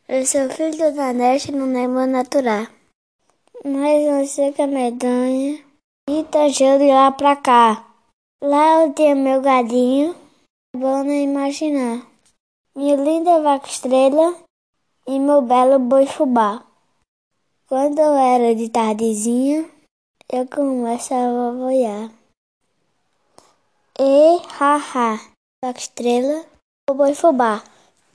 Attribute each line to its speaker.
Speaker 1: Eu sou filho do Nordeste, não é meu natural. Mas não sei que é medonha. E tanjeu de lá pra cá. Lá eu tinha meu gadinho. Bom nem imaginar. Minha linda vaca estrela e meu belo boi fubá. Quando eu era de tardezinha, eu começava a voar. E ha ha, vaca estrela, o boi fubá.